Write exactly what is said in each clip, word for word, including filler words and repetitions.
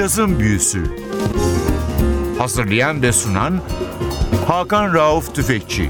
Cazın Büyüsü. Hazırlayan ve sunan Hakan Rauf Tüfekçi.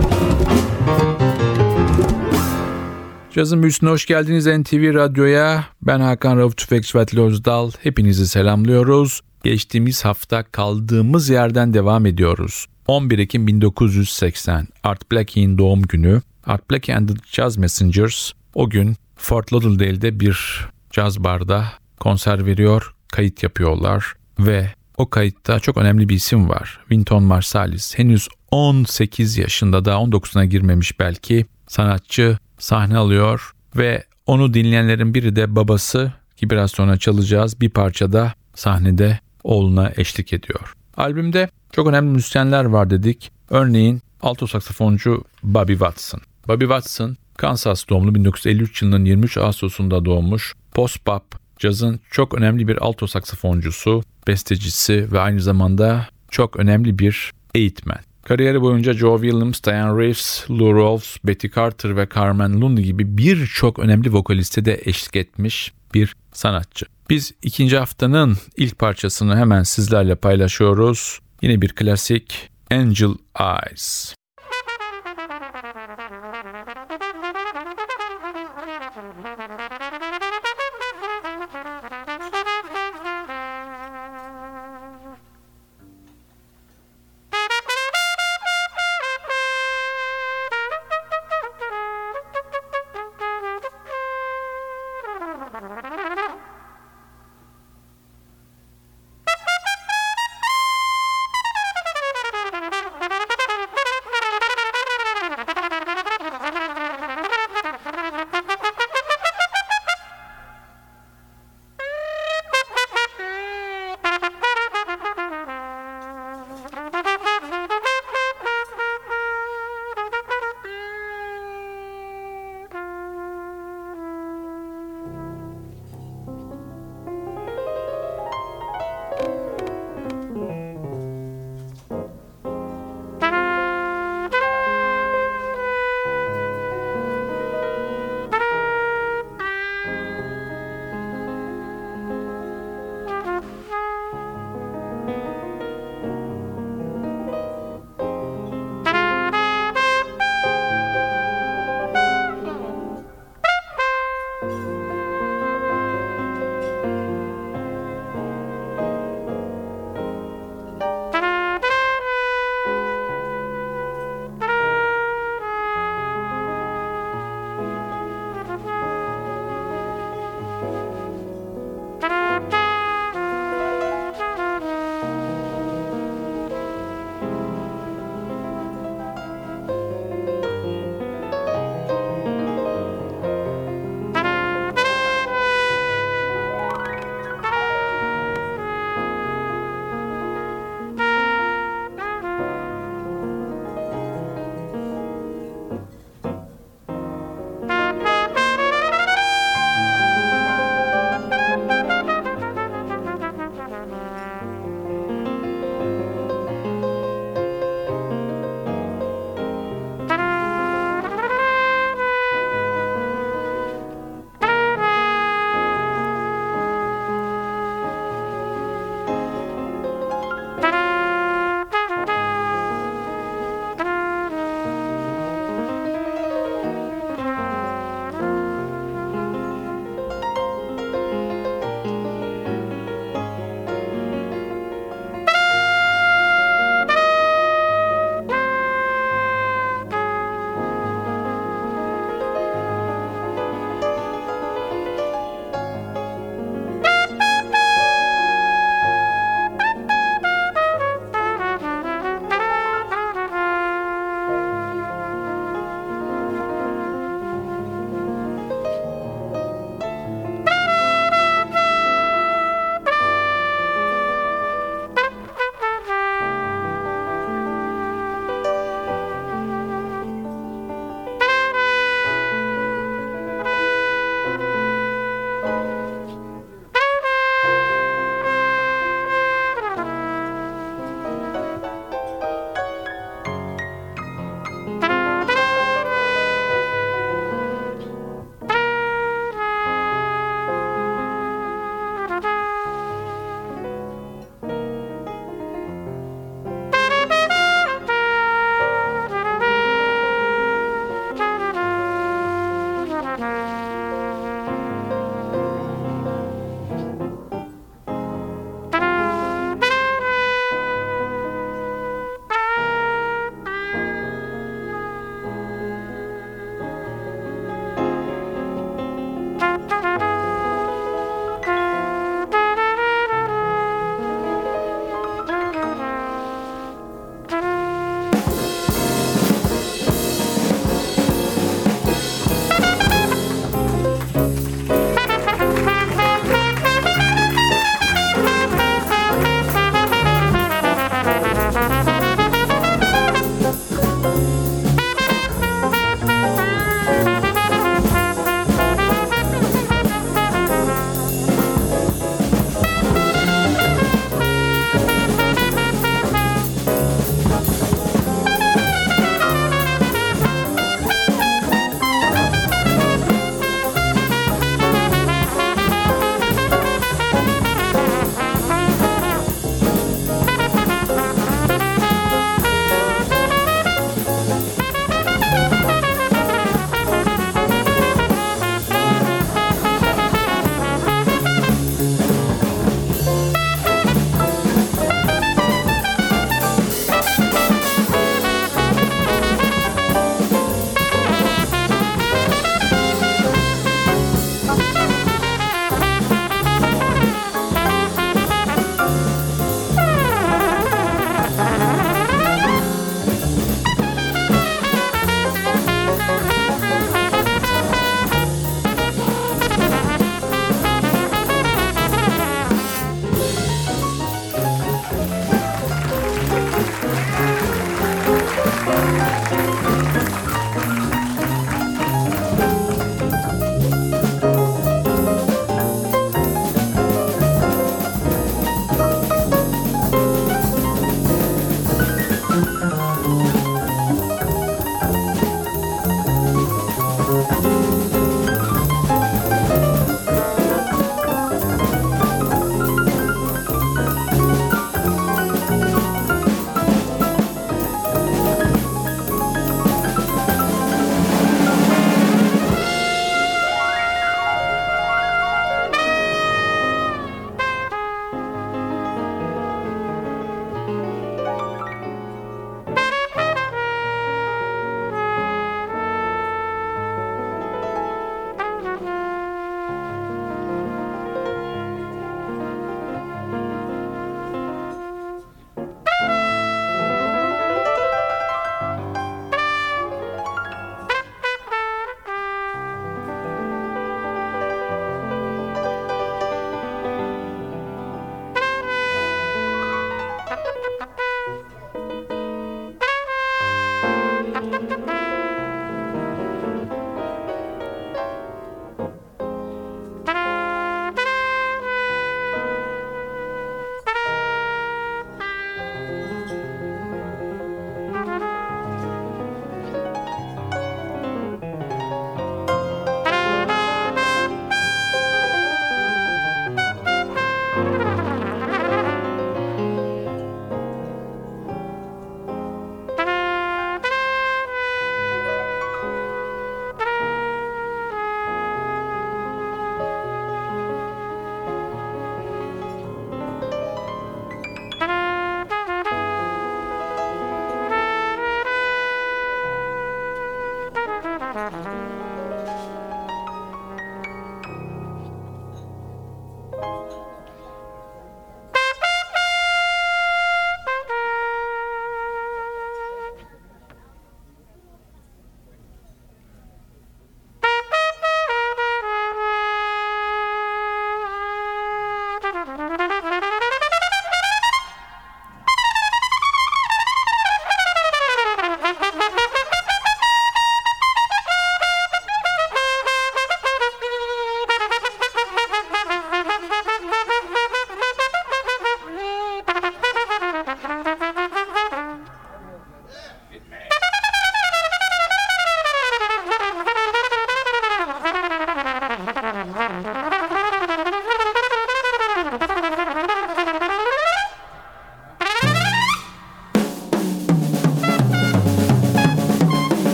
Cazın Büyüsü'ne hoş geldiniz N T V Radyo'ya. Ben Hakan Rauf Tüfekçi ve Atli Özdal. Hepinizi selamlıyoruz. Geçtiğimiz hafta kaldığımız yerden devam ediyoruz. on bir Ekim bin dokuz yüz seksen Art Blakey'in doğum günü. Art Blakey and the Jazz Messengers o gün Fort Lauderdale'de bir caz barda konser veriyor, kayıt yapıyorlar ve o kayıtta çok önemli bir isim var. Wynton Marsalis. Henüz on sekiz yaşında, daha on dokuzuna girmemiş belki, sanatçı sahne alıyor ve onu dinleyenlerin biri de babası, ki biraz sonra çalacağız bir parçada sahnede oğluna eşlik ediyor. Albümde çok önemli müzisyenler var dedik. Örneğin alto saksafoncu Bobby Watson. Bobby Watson, Kansas doğumlu, bin dokuz yüz elli üç yılının yirmi üç Ağustos'unda doğmuş. Post-bop, cazın çok önemli bir alto saksafoncusu, bestecisi ve aynı zamanda çok önemli bir eğitmen. Kariyeri boyunca Joe Williams, Diane Reeves, Lou Rawls, Betty Carter ve Carmen Lundy gibi birçok önemli vokaliste de eşlik etmiş bir sanatçı. Biz ikinci haftanın ilk parçasını hemen sizlerle paylaşıyoruz. Yine bir klasik, Angel Eyes.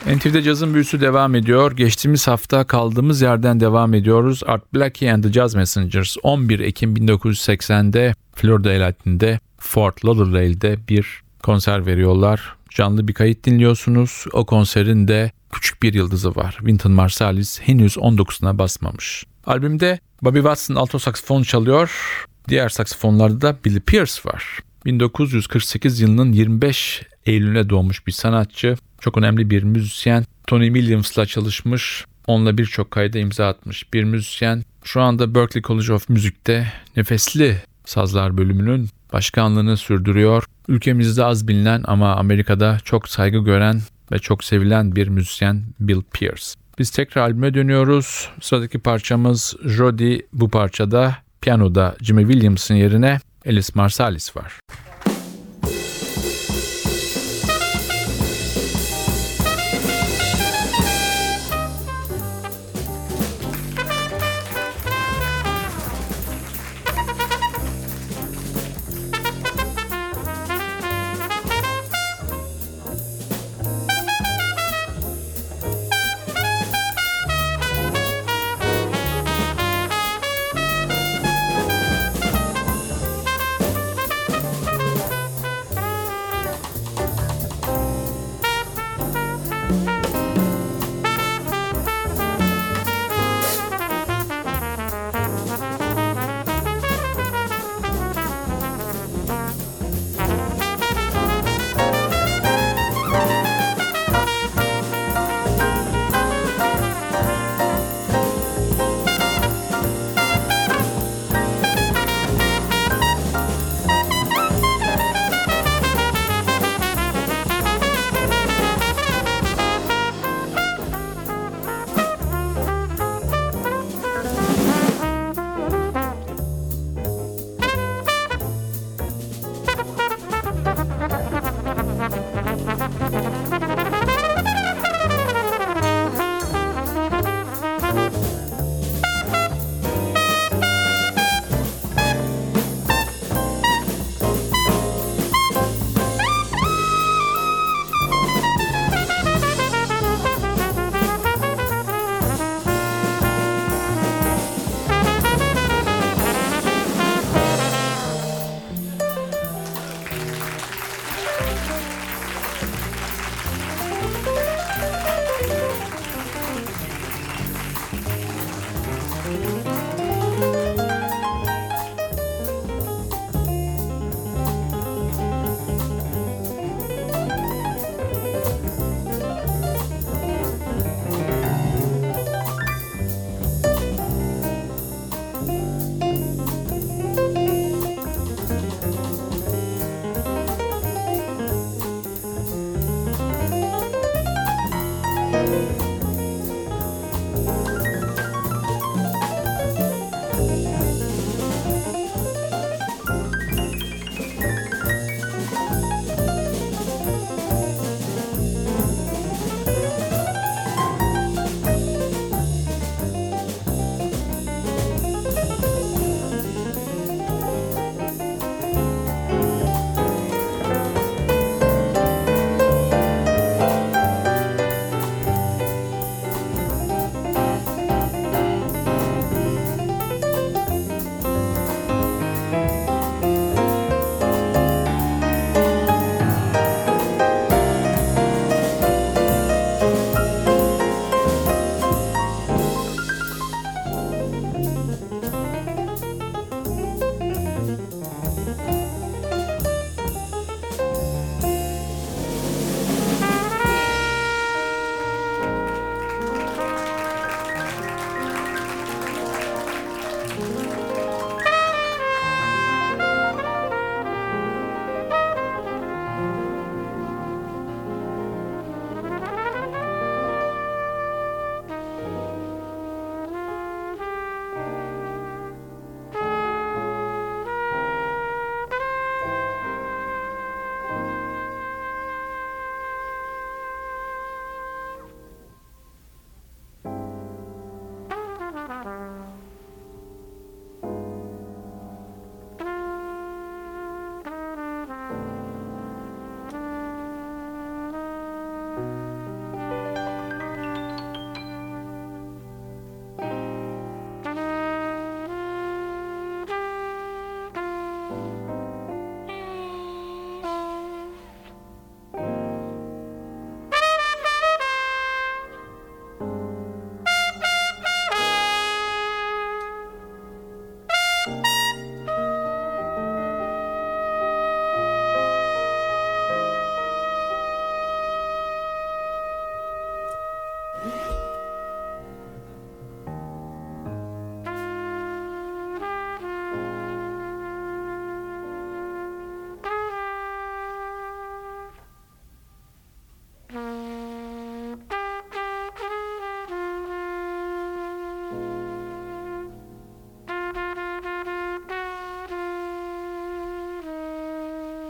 N T V'de cazın büyüsü devam ediyor. Geçtiğimiz hafta kaldığımız yerden devam ediyoruz. Art Blakey and the Jazz Messengers on bir Ekim bin dokuz yüz seksende Florida eyaletinde Fort Lauderdale'de bir konser veriyorlar. Canlı bir kayıt dinliyorsunuz. O konserin de küçük bir yıldızı var. Wynton Marsalis henüz on dokuzuna basmamış. Albümde Bobby Watson alto saksafon çalıyor. Diğer saksafonlarda da Billy Pierce var. bin dokuz yüz kırk sekiz yılının yirmi beş Eylül'üne doğmuş bir sanatçı. Çok önemli bir müzisyen. Tony Williams'la çalışmış. Onunla birçok kayda imza atmış bir müzisyen. Şu anda Berklee College of Music'te nefesli sazlar bölümünün başkanlığını sürdürüyor. Ülkemizde az bilinen ama Amerika'da çok saygı gören ve çok sevilen bir müzisyen Bill Pierce. Biz tekrar albüme dönüyoruz. Sıradaki parçamız Jody. Bu parçada piyanoda Jimmy Williams'ın yerine Ellis Marsalis var.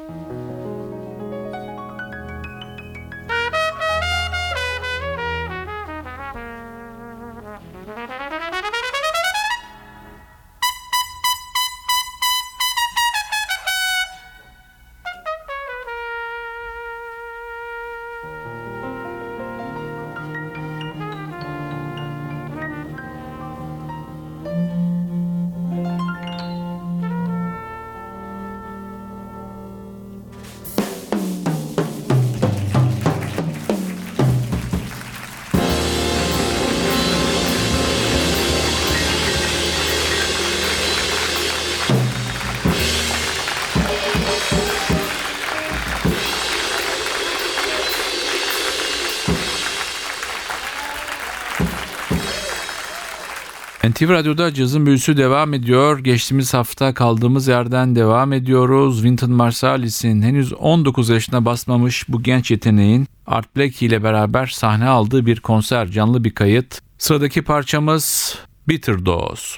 N T V Radyo'da cazın büyüsü devam ediyor. Geçtiğimiz hafta kaldığımız yerden devam ediyoruz. Wynton Marsalis'in henüz on dokuz yaşına basmamış bu genç yeteneğin Art Blakey ile beraber sahne aldığı bir konser, canlı bir kayıt. Sıradaki parçamız Bitter Dose.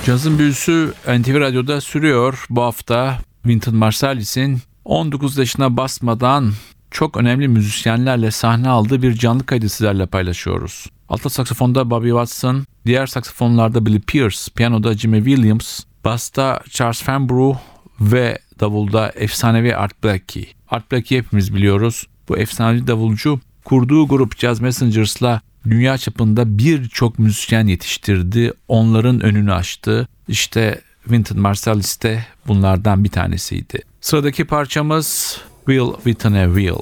Cazın büyüsü N T V Radyo'da sürüyor. Bu hafta Wynton Marsalis'in on dokuz yaşına basmadan çok önemli müzisyenlerle sahne aldığı bir canlı kaydı sizlerle paylaşıyoruz. Altta saksafonda Bobby Watson, diğer saksafonlarda Billy Pierce, piyanoda Jimmy Williams, basta Charles Fambrough ve davulda efsanevi Art Blakey. Art Blakey hepimiz biliyoruz. Bu efsanevi davulcu kurduğu grup Jazz Messengers'la dünya çapında birçok müzisyen yetiştirdi. Onların önünü açtı. İşte Wynton Marsalis de bunlardan bir tanesiydi. Sıradaki parçamız Will Within a Will.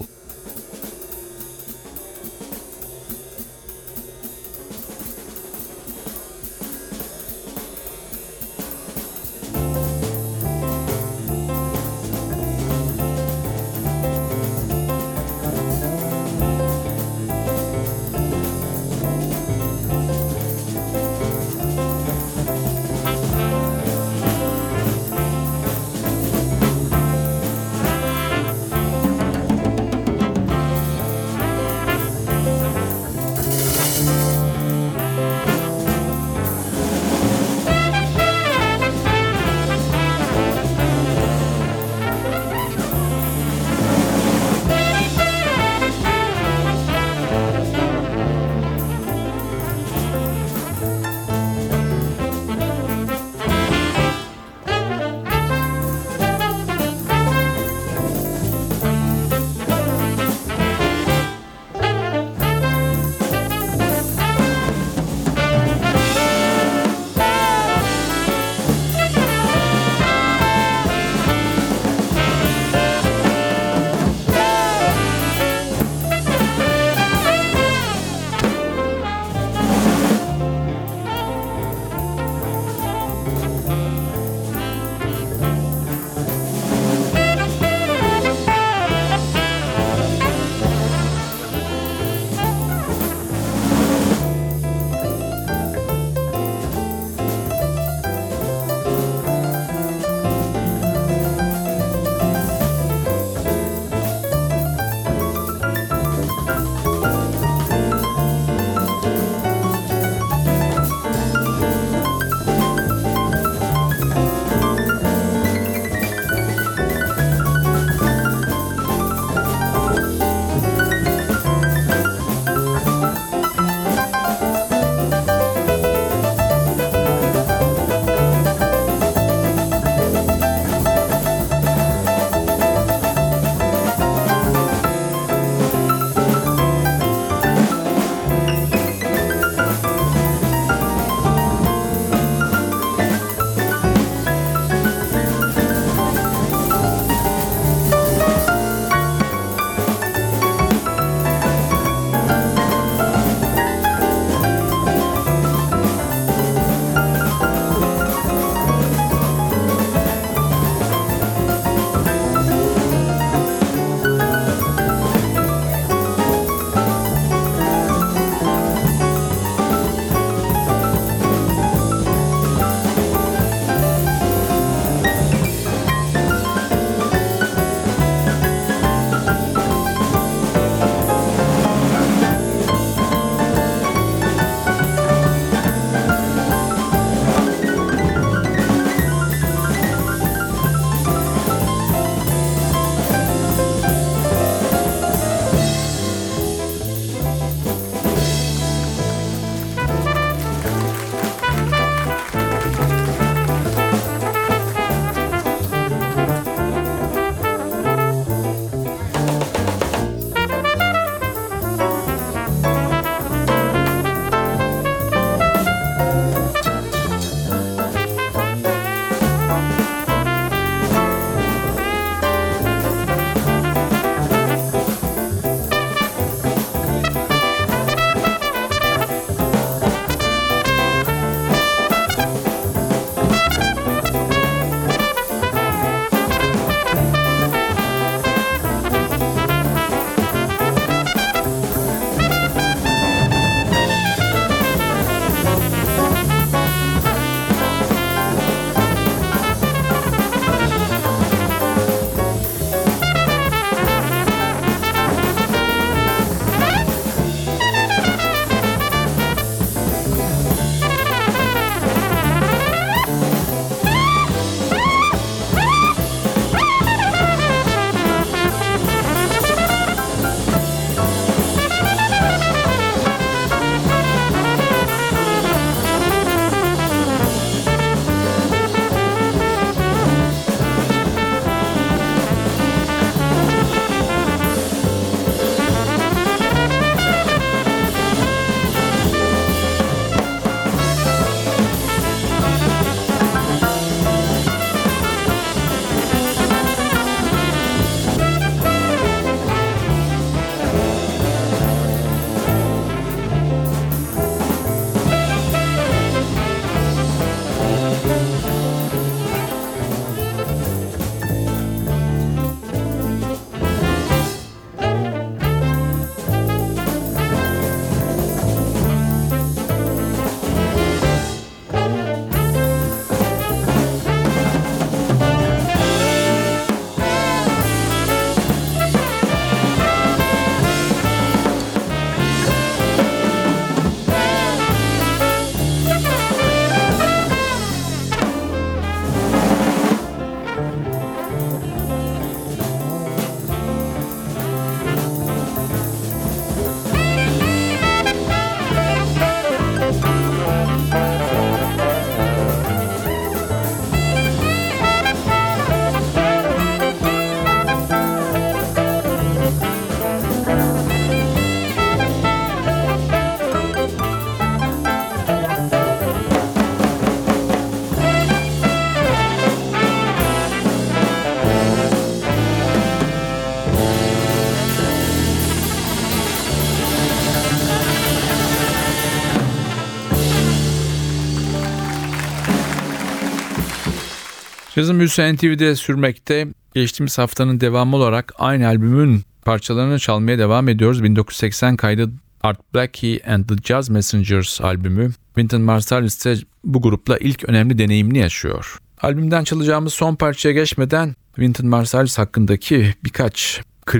Cazın büyüsü N T V'de sürmekte. Geçtiğimiz haftanın devamı olarak aynı albümün parçalarını çalmaya devam ediyoruz. bin dokuz yüz seksen kaydı Art Blakey and the Jazz Messengers albümü. Wynton Marsalis ise bu grupla ilk önemli deneyimini yaşıyor. Albümden çalacağımız son parçaya geçmeden Wynton Marsalis hakkındaki birkaç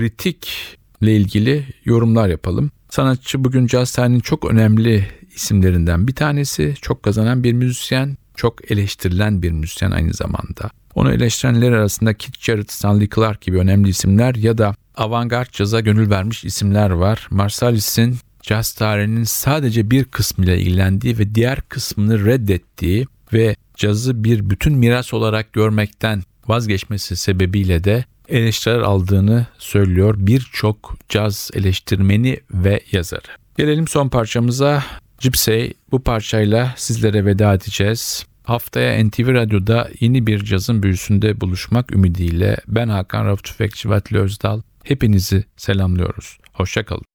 kritikle ilgili yorumlar yapalım. Sanatçı bugün caz tarihinin çok önemli isimlerinden bir tanesi. Çok kazanan bir müzisyen, çok eleştirilen bir müzisyen aynı zamanda. Onu eleştirenler arasında Keith Jarrett, Stanley Clarke gibi önemli isimler ya da avantgard caza gönül vermiş isimler var. Marsalis'in caz tarihinin sadece bir kısmıyla ilgilendiği ve diğer kısmını reddettiği ve cazı bir bütün miras olarak görmekten vazgeçmesi sebebiyle de eleştiriler aldığını söylüyor birçok caz eleştirmeni ve yazarı. Gelelim son parçamıza. Gypsy, bu parçayla sizlere veda edeceğiz. Haftaya N T V Radyo'da yeni bir cazın büyüsünde buluşmak ümidiyle ben Hakan Rauf Tüfekçi ve Atli Özdal. Hepinizi selamlıyoruz. Hoşça kalın.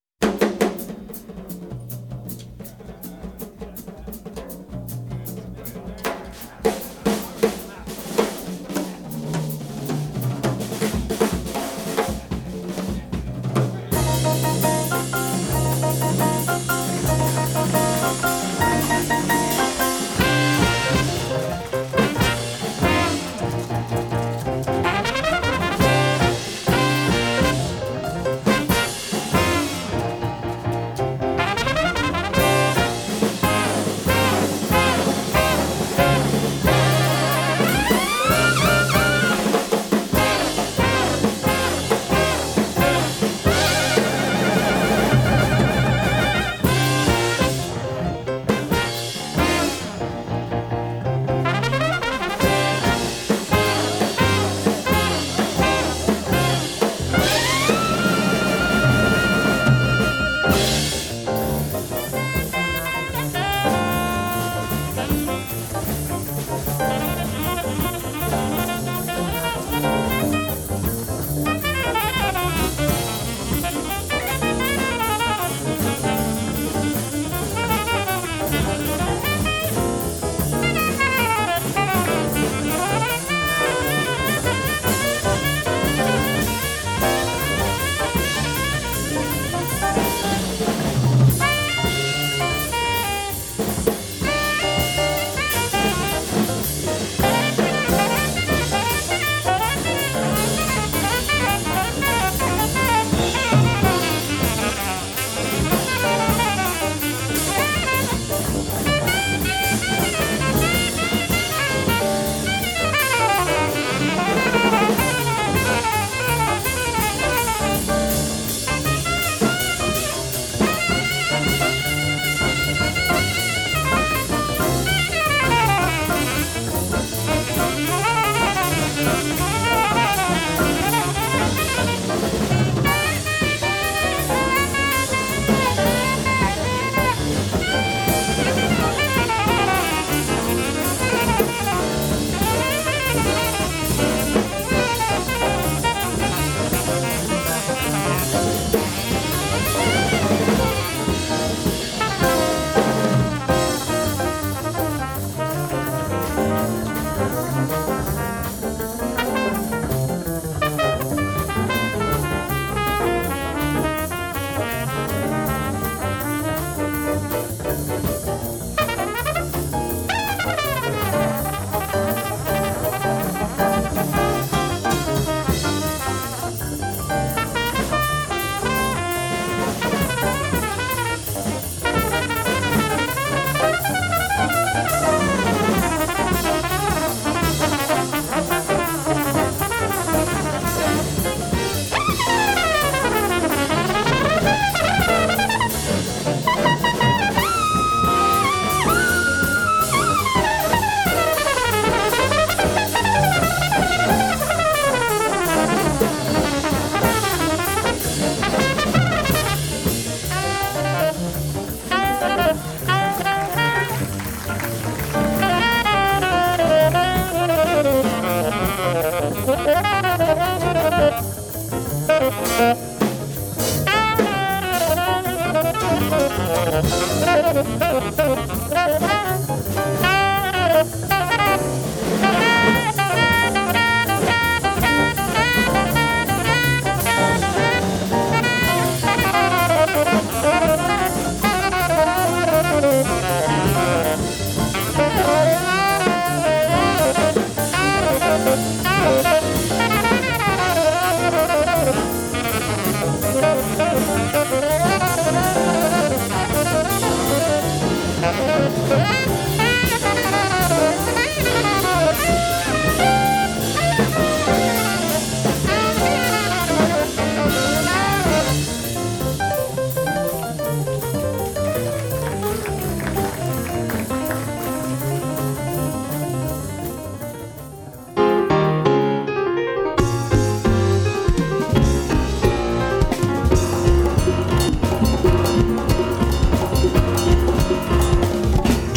Thank you.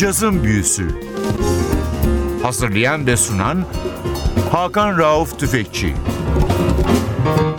Cazın Büyüsü. Hazırlayan ve sunan Hakan Rauf Tüfekçi.